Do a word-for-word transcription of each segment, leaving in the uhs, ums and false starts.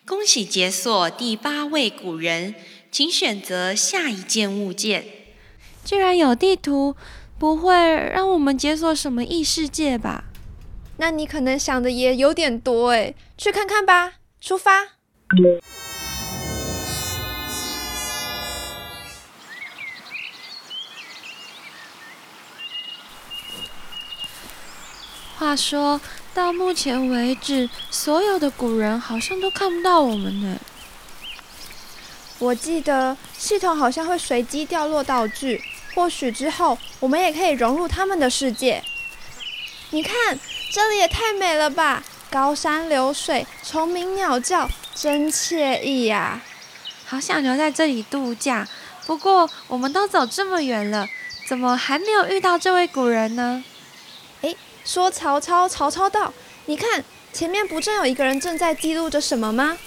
恭喜解锁第八位古人，请选择下一件物件。 居然有地图，不会让我们解锁什么异世界吧？ 那你可能想的也有点多诶，去看看吧，出发！ 话说到目前为止，所有的古人好像都看不到我们呢。 我记得系统好像会随机掉落道具，或许之后我们也可以融入他们的世界。你看，这里也太美了吧！高山流水，虫鸣鸟叫，真惬意呀！ 好想留在这里度假。不过我们都走这么远了，怎么还没有遇到这位古人呢？ 诶，说曹操，曹操到！你看，前面不正有一个人正在记录着什么吗？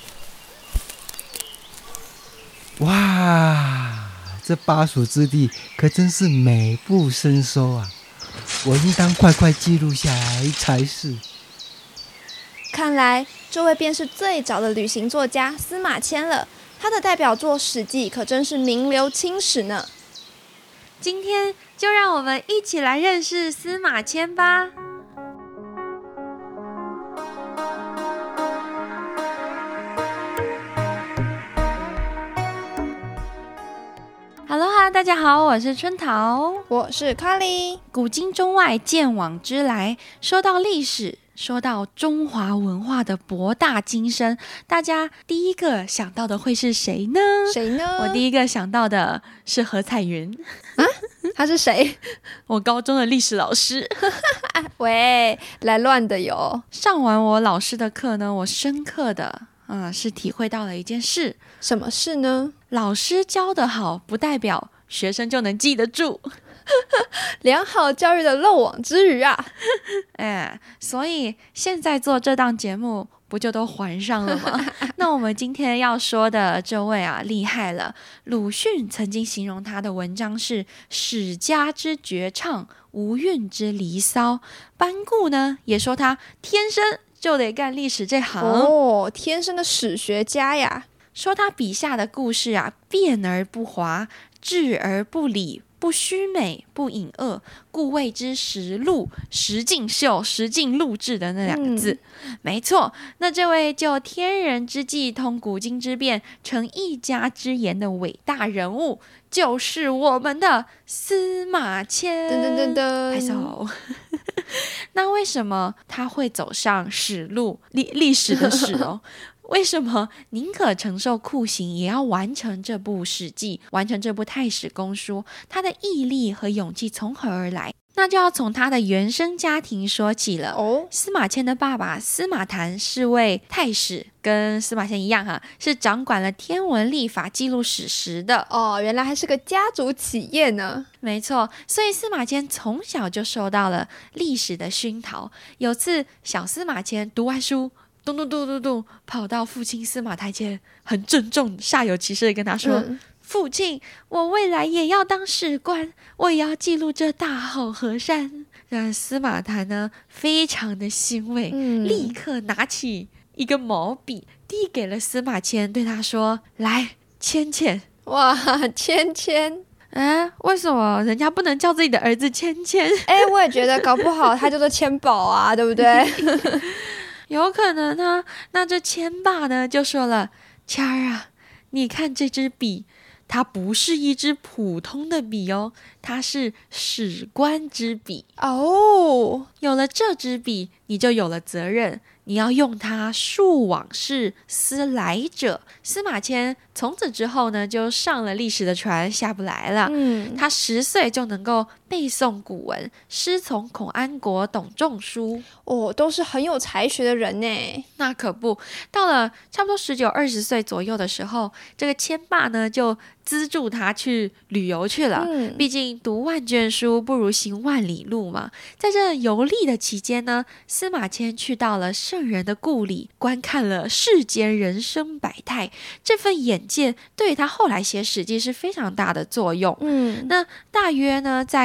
哇，这巴蜀之地可真是美不胜收啊！我应当快快记录下来才是。 看来这位便是最早的旅行作家司马迁了，他的代表作《史记》可真是名留青史呢。 今天就让我们一起来认识司马迁吧。Hello 哈，大家好，我是春桃， 我是 Carly。 古今中外，鉴往知来。说到历史，说到中华文化的博大精深，大家第一个想到的会是谁呢？ 谁呢？ 我第一个想到的是何彩云。 啊？他是谁？ 我高中的历史老师。 喂，来乱的哟！ 上完我老师的课呢，我深刻的啊、嗯、是体会到了一件事。 什么事呢？ 老师教得好，不代表学生就能记得住。 良好教育的漏网之鱼啊！ 哎，所以现在做这档节目不就都还上了吗？那我们今天要说的这位啊，厉害了。鲁迅曾经形容他的文章是史家之绝唱，无韵之离骚。班固呢也说他天生就得干历史这行哦，天生的史学家呀。 说他笔下的故事啊，辩而不华，质而不理，不虚美，不隐恶，故谓之实录。实境秀，实境录制的那两个字、嗯、没错。那这位就天人之际通古今之变，成一家之言的伟大人物，就是我们的司马迁。 噔噔噔噔， 拍手。那为什么他会走上史路，历历史的史哦？为什么宁可承受酷刑也要完成这部《史记》，完成这部太史公书？他的毅力和勇气从何而来？那就要从他的原生家庭说起了。 哦， 司马迁的爸爸司马谈是位太史，跟司马迁一样哈，是掌管了天文历法记录史实的。 哦，原来还是个家族企业呢。 没错，所以司马迁从小就受到了历史的熏陶。有次小司马迁读完书，咚咚咚咚咚，跑到父亲司马台前，很郑重煞有其事地跟他说、嗯、父亲，我未来也要当史官，我也要记录这大好河山。那司马谈呢非常的欣慰、嗯、立刻拿起一个毛笔递给了司马迁，对他说，来迁迁。 哇，迁迁， 哎，为什么人家不能叫自己的儿子迁迁？ 哎，我也觉得搞不好他叫做迁宝啊，对不对？ 有可能啊。那这迁爸呢就说了，谦儿啊，你看这支笔，它不是一支普通的笔哦，它是史官之笔哦。 有了这支笔，你就有了责任，你要用它述往事，思来者。司马迁从此之后呢，就上了历史的船，下不来了。嗯，他十岁就能够背诵古文，师从孔安国、董仲舒。 哦，都是很有才学的人呢。 那可不，到了差不多十九、二十岁左右的时候，这个迁爸呢就资助他去旅游去了。嗯，毕竟读万卷书不如行万里路嘛。在这游历的期间呢，司马迁去到了圣人的故里，观看了世间人生百态。这份眼界对他后来写史记是非常大的作用。嗯，那大约呢，在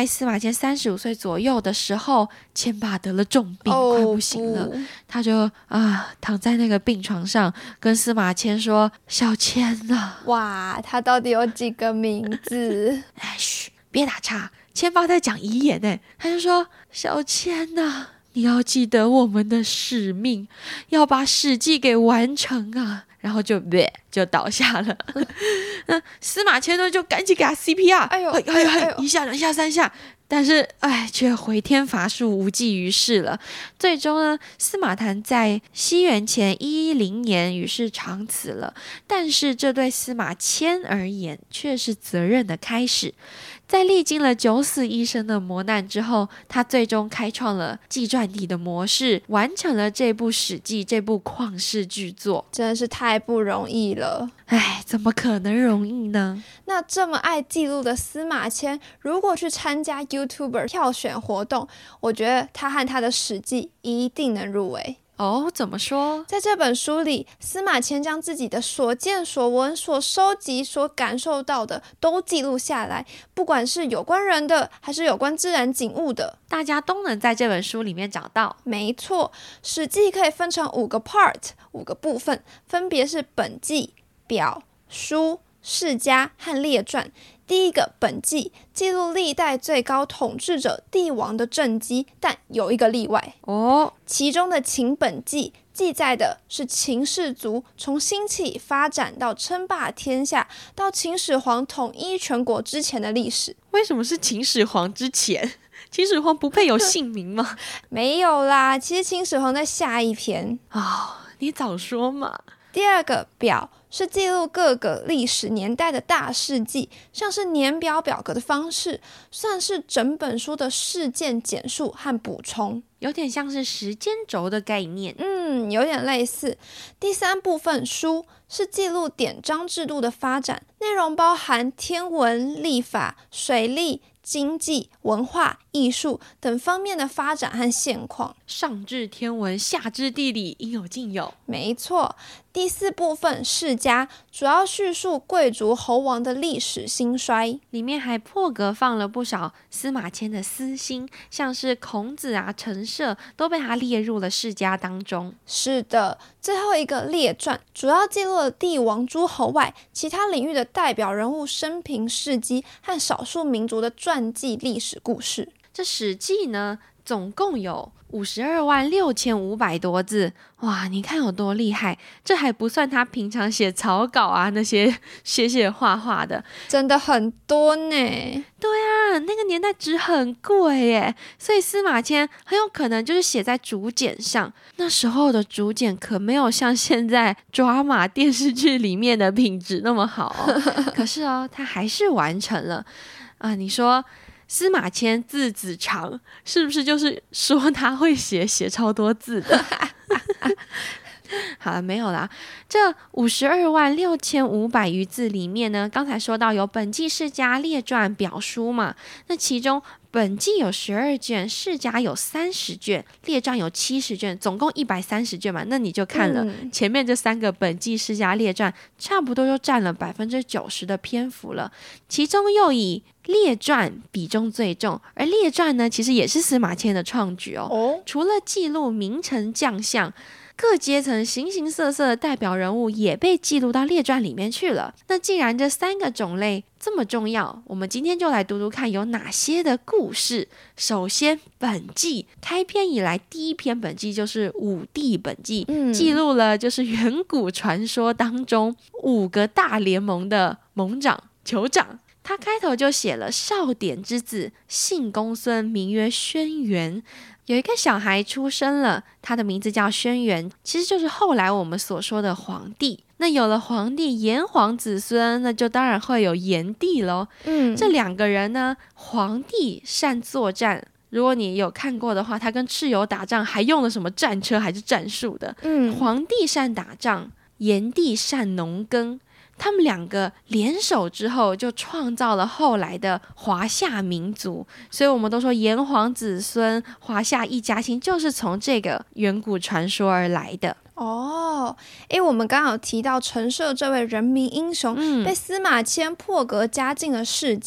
司马迁三十五岁左右的时候，千爸得了重病， 哦快不行了。 不他就啊躺在那个病床上，跟司马迁说：“小迁啊， 哇，他到底有几个名字？ 哎嘘，别打岔，千爸在讲遗言呢。”他就说：“小迁啊，你要记得我们的使命，要把《史记》给完成啊。”然后就别就倒下了。那司马迁呢就赶紧给他 C P R， 哎呦哎哎哎呦一下两下三下，但是哎却回天乏术，无济于事了。最终呢，司马谈在西元前一一零年与世长辞了。但是这对司马迁而言却是责任的开始。在历经了九死一生的磨难之后，他最终开创了纪传体的模式，完成了这部《史记》这部旷世巨作。 真的是太不容易了。 哎，怎么可能容易呢？ 那这么爱记录的司马迁，如果去参加 YouTuber 票选活动，我觉得他和他的《史记》一定能入围。 哦，怎么说？ 在这本书里，司马迁将自己的所见所闻、所收集、所感受到的都记录下来，不管是有关人的，还是有关自然景物的， 大家都能在这本书里面找到。 没错，《史记》可以分成五个 part， 五个部分，分别是本纪、表、书、世家和列传。第一个本纪记录历代最高统治者帝王的政绩，但有一个例外哦， 其中的秦本纪记载的是秦氏族从兴起发展到称霸天下，到秦始皇统一全国之前的历史。 为什么是秦始皇之前？秦始皇不配有姓名吗？ 没有啦，其实秦始皇在下一篇。 哦，你早说嘛。 第二个表是记录各个历史年代的大事记，像是年表表格的方式，算是整本书的事件简述和补充， 有点像是时间轴的概念。 嗯，有点类似。第三部分书是记录典章制度的发展，内容包含天文、历法、水利、经济、文化、艺术等方面的发展和现况， 上至天文，下至地理，应有尽有。 没错。第四部分世家主要叙述贵族侯王的历史兴衰， 里面还破格放了不少司马迁的私心，像是孔子啊、陈涉都被他列入了世家当中。 是的，最后一个列传主要记录了帝王诸侯外其他领域的代表人物生平事迹和少数民族的传记历史故事。 这《史记》呢，总共有五十二万六千五百多字，哇！你看有多厉害？这还不算他平常写草稿啊，那些写写画画的， 真的很多呢。 对啊，那个年代纸很贵耶，所以司马迁很有可能就是写在竹简上。那时候的竹简可没有像现在抓马电视剧里面的品质那么好哦。可是哦，他还是完成了啊！你说司马迁字子长，是不是就是说他会写，写超多字的？好了，没有啦。这五十二万六千五百余字里面呢，刚才说到有本纪、世家、列传、表书嘛。那其中本纪有十二卷，世家有三十卷，列传有七十卷，总共一百三十卷嘛。那你就看了、 嗯、 前面这三个本纪、世家、列传，差不多就占了百分之九十的篇幅了。其中又以列传比重最重，而列传呢，其实也是司马迁的创举哦。 哦除了记录名臣将相，各阶层形形色色的代表人物也被记录到列传里面去了。那既然这三个种类这么重要，我们今天就来读读看有哪些的故事。首先，本纪开篇以来第一篇本纪就是五帝本纪、嗯、记录了就是远古传说当中五个大联盟的盟长酋长。他开头就写了少典之子，姓公孙，名曰轩辕。有一个小孩出生了，他的名字叫轩辕，其实就是后来我们所说的皇帝。那有了皇帝，炎黄子孙，那就当然会有炎帝咯。嗯，这两个人呢，皇帝善作战，如果你有看过的话，他跟蚩尤打仗还用了什么战车还是战术的。嗯，皇帝善打仗，炎帝善农耕。他们两个联手之后，就创造了后来的华夏民族，所以我们都说炎黄子孙，华夏一家亲，就是从这个远古传说而来的。 哦，诶，我们刚好提到陈涉这位人民英雄、嗯、被司马迁破格加进了世家，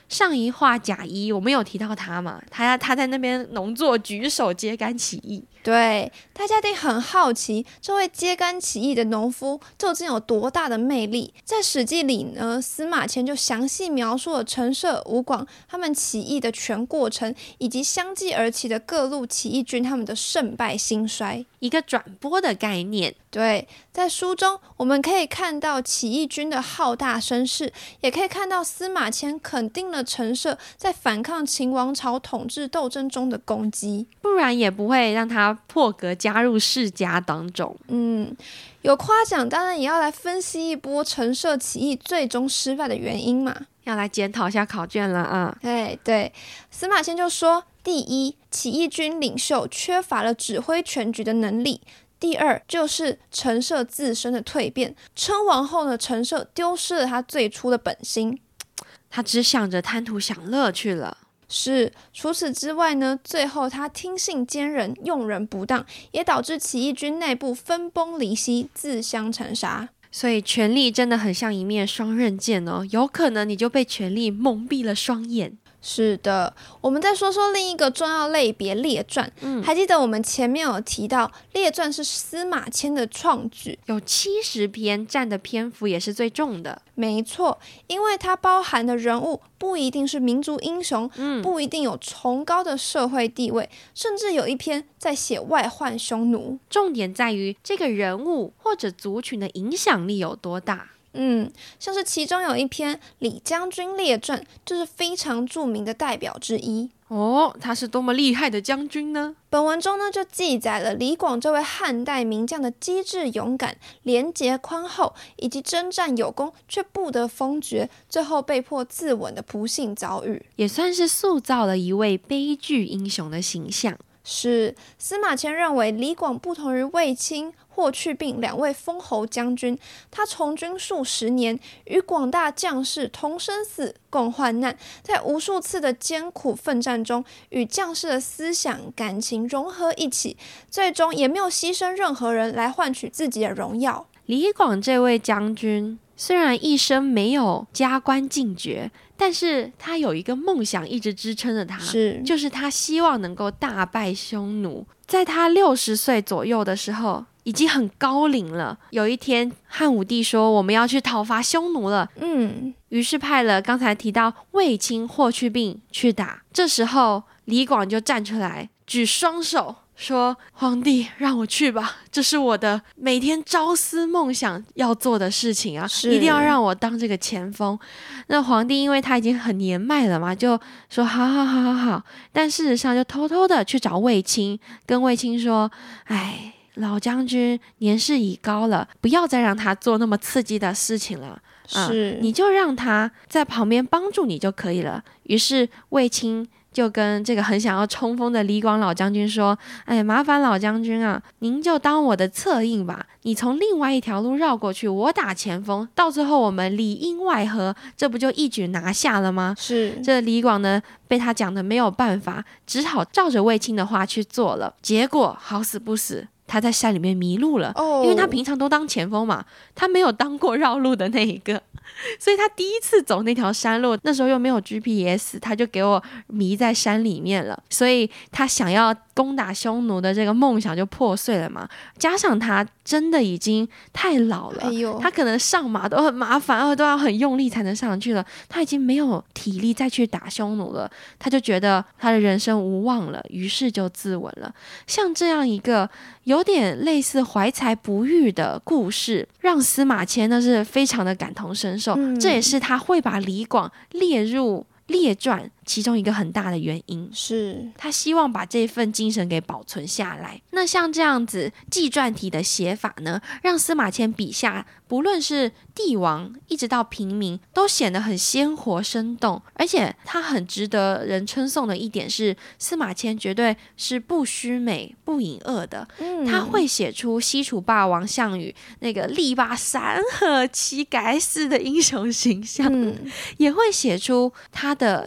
上一话甲一我们有提到他嘛，他他在那边农作举手揭竿起义。 对，大家一定很好奇，这位揭竿起义的农夫究竟有多大的魅力？在《史记》里呢，司马迁就详细描述了陈涉、吴广他们起义的全过程，以及相继而起的各路起义军他们的胜败兴衰， 一个转播的概念。 对，在书中我们可以看到起义军的浩大声势，也可以看到司马迁肯定了陈涉在反抗秦王朝统治斗争中的功绩， 不然也不会让他破格加入世家当中。 嗯，有夸奖，当然也要来分析一波陈涉起义最终失败的原因嘛， 要来检讨一下考卷了啊！ 哎，对，司马迁就说：第一，起义军领袖缺乏了指挥全局的能力。第二，就是陈涉自身的蜕变，称王后呢，陈涉丢失了他最初的本心， 他只想着贪图享乐去了。 是，除此之外呢，最后他听信奸人，用人不当，也导致起义军内部分崩离析，自相残杀。 所以权力真的很像一面双刃剑哦，有可能你就被权力蒙蔽了双眼。 是的，我们再说说另一个重要类别列传、嗯、还记得我们前面有提到列传是司马迁的创举， 有七十篇，占的篇幅也是最重的。 没错，因为它包含的人物不一定是民族英雄、嗯、不一定有崇高的社会地位，甚至有一篇在写外患匈奴， 重点在于这个人物或者族群的影响力有多大。 嗯，像是其中有一篇《李将军列传》，就是非常著名的代表之一。 哦，他是多么厉害的将军呢？ 本文中呢，就记载了李广这位汉代名将的机智勇敢、廉洁宽厚，以及征战有功却不得封爵，最后被迫自刎的不幸遭遇， 也算是塑造了一位悲剧英雄的形象。 是，司马迁认为李广不同于卫青、霍去病两位封侯将军，他从军数十年，与广大将士同生死共患难，在无数次的艰苦奋战中，与将士的思想感情融合一起，最终也没有牺牲任何人来换取自己的荣耀。 李广这位将军虽然一生没有加官进爵，但是他有一个梦想一直支撑着他， 是就是他希望能够大败匈奴。在他六十岁左右的时候，已经很高龄了。有一天，汉武帝说我们要去讨伐匈奴了， 嗯， 于是派了刚才提到卫青、霍去病去打。这时候，李广就站出来，举双手说：皇帝让我去吧，这是我的每天朝思梦想要做的事情啊，一定要让我当这个前锋。那皇帝因为他已经很年迈了嘛，就说好好好好好，但事实上就偷偷的去找卫青，跟卫青说：哎，老将军年事已高了，不要再让他做那么刺激的事情了， 是、 嗯、你就让他在旁边帮助你就可以了。于是卫青就跟这个很想要冲锋的李广老将军说：哎，麻烦老将军啊，您就当我的侧应吧，你从另外一条路绕过去，我打前锋，到最后我们里应外合，这不就一举拿下了吗？ 是， 这李广呢被他讲的没有办法，只好照着卫青的话去做了。结果好死不死，他在山里面迷路了、 哦、 因为他平常都当前锋嘛，他没有当过绕路的那一个，所以他第一次走那条山路，那时候又没有 G P S， 他就给我迷在山里面了，所以他想要攻打匈奴的这个梦想就破碎了嘛。加上他真的已经太老了、 哎呦， 他可能上马都很麻烦，都要很用力才能上去了，他已经没有体力再去打匈奴了，他就觉得他的人生无望了，于是就自刎了。像这样一个有点类似怀才不遇的故事，让司马迁那是非常的感同身受、嗯、这也是他会把李广列入列传其中一个很大的原因， 是他希望把这份精神给保存下来。那像这样子纪传体的写法呢，让司马迁笔下不论是帝王一直到平民都显得很鲜活生动，而且他很值得人称颂的一点是，司马迁绝对是不虚美不隐恶的、嗯、他会写出西楚霸王项羽那个力拔山河气盖世的英雄形象、嗯、也会写出他的性格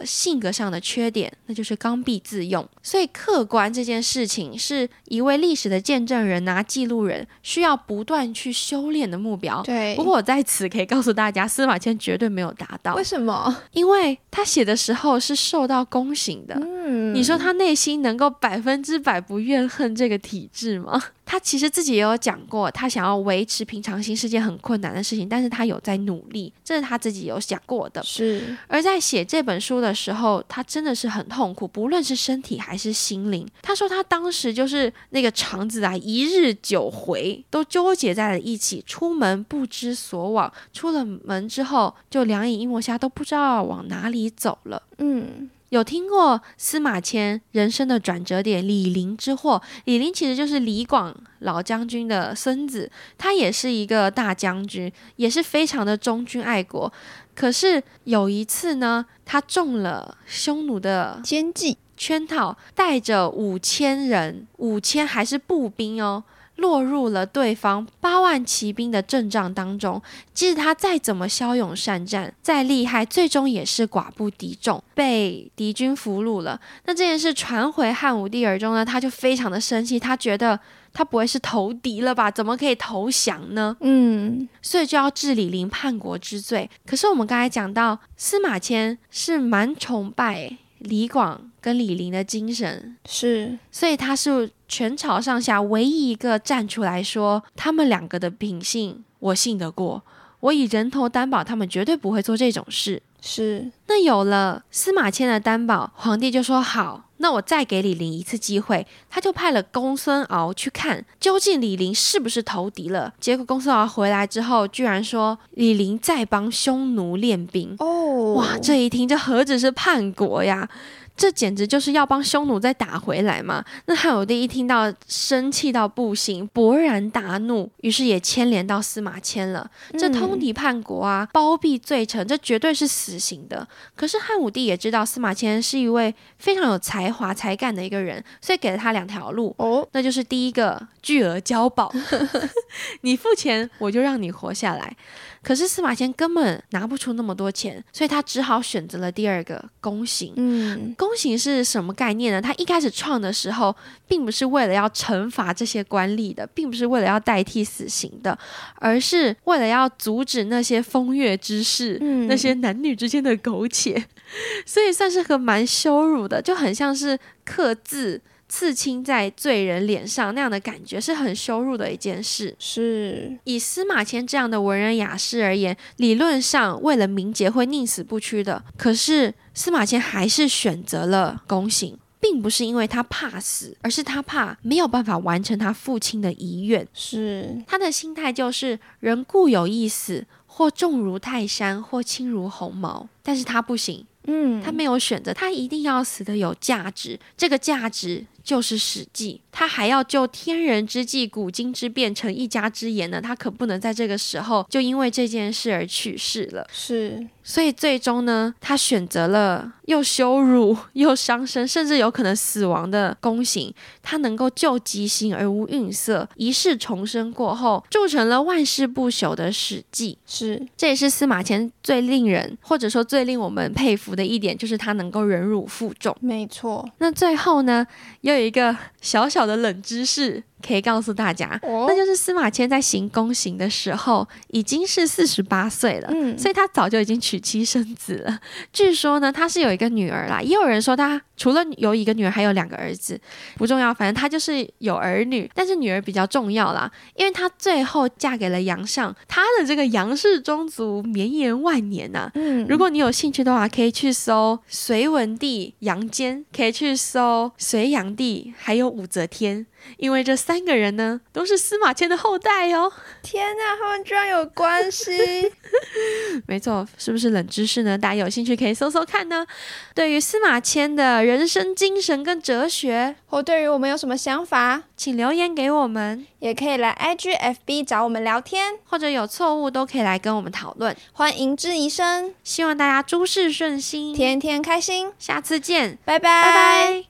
格上的缺点，那就是刚愎自用。所以客观这件事情是一位历史的见证人啊，记录人需要不断去修炼的目标。 对， 不过我在此可以告诉大家，司马迁绝对没有达到。 为什么？ 因为他写的时候是受到宫刑的。 嗯， 你说他内心能够百分之百不怨恨这个体制吗？他其实自己也有讲过，他想要维持平常心是件很困难的事情，但是他有在努力，这是他自己有讲过的。 是， 而在写这本书的时候，他真的是很痛苦，不论是身体还是心灵。他说他当时就是那个肠子啊，一日九回都纠结在了一起，出门不知所往，出了门之后就两眼一抹瞎，都不知道往哪里走了。 嗯。 有听过司马迁人生的转折点李陵之祸？李陵其实就是李广老将军的孙子，他也是一个大将军，也是非常的忠君爱国。可是有一次呢，他中了匈奴的奸计圈套，带着五千人，五千还是步兵哦，落入了对方八万骑兵的阵仗当中。即使他再怎么骁勇善战，再厉害，最终也是寡不敌众，被敌军俘虏了。那这件事传回汉武帝耳中呢，他就非常的生气，他觉得他不会是投敌了吧？怎么可以投降呢？ 嗯， 所以就要治李陵叛国之罪。可是我们刚才讲到，司马迁是蛮崇拜李广跟李陵的精神， 是， 所以他是全朝上下唯一一个站出来说他们两个的品性我信得过，我以人头担保他们绝对不会做这种事。 是， 那有了司马迁的担保，皇帝就说好，那我再给李陵一次机会。他就派了公孙敖去看究竟李陵是不是投敌了。结果公孙敖回来之后居然说李陵在帮匈奴练兵。 哦， 哇，这一听这何止是叛国呀，这简直就是要帮匈奴再打回来嘛！那汉武帝一听到，生气到不行，勃然大怒，于是也牵连到司马迁了。这通敌叛国啊，包庇罪臣，这绝对是死刑的。可是汉武帝也知道司马迁是一位非常有才华才干的一个人，所以给了他两条路。 哦， 那就是第一个，巨额交保，你付钱我就让你活下来。可是司马迁根本拿不出那么多钱，所以他只好选择了第二个，宫刑。 嗯， 宫刑是什么概念呢？他一开始创的时候并不是为了要惩罚这些官吏的，并不是为了要代替死刑的，而是为了要阻止那些风月之事、嗯、那些男女之间的苟且，所以算是个蛮羞辱的，就很像是刻字刺青在罪人脸上那样的感觉，是很羞辱的一件事。 是， 以司马迁这样的文人雅士而言，理论上为了名节会宁死不屈的，可是司马迁还是选择了宫刑，并不是因为他怕死，而是他怕没有办法完成他父亲的遗愿。 是， 他的心态就是人固有一死，或重如泰山，或轻如鸿毛，但是他不行， 嗯， 他没有选择，他一定要死的有价值，这个价值就是史记。他还要就天人之际古今之变成一家之言呢，他可不能在这个时候就因为这件事而去世了。 是， 所以最终呢，他选择了又羞辱又伤身，甚至有可能死亡的宫刑。他能够救极刑而无愠色，一世重生过后，铸成了万世不朽的史记。 是， 这也是司马迁最令人，或者说最令我们佩服的一点，就是他能够忍辱负重。 没错。 那最后呢，又有一个小小的冷知识可以告诉大家， 哦、 那就是司马迁在行宫刑的时候已经是四十八岁了、嗯、所以他早就已经娶妻生子了。据说呢，他是有一个女儿啦，也有人说他除了有一个女儿还有两个儿子，不重要，反正他就是有儿女，但是女儿比较重要啦，因为他最后嫁给了杨尚，他的这个杨氏宗族绵延万年啊、嗯、如果你有兴趣的话，可以去搜隋文帝杨坚，可以去搜隋炀帝，还有武则天，因为这三个人呢都是司马迁的后代哦。 天哪，他们居然有关系没错，是不是冷知识呢？大家有兴趣可以搜搜看呢。对于司马迁的人生精神跟哲学， 或对于我们有什么想法， 请留言给我们， 也可以来 I G F B 找我们聊天， 或者有错误都可以来跟我们讨论， 欢迎质疑声。 希望大家诸事顺心， 天天开心， 下次见， 拜拜拜拜。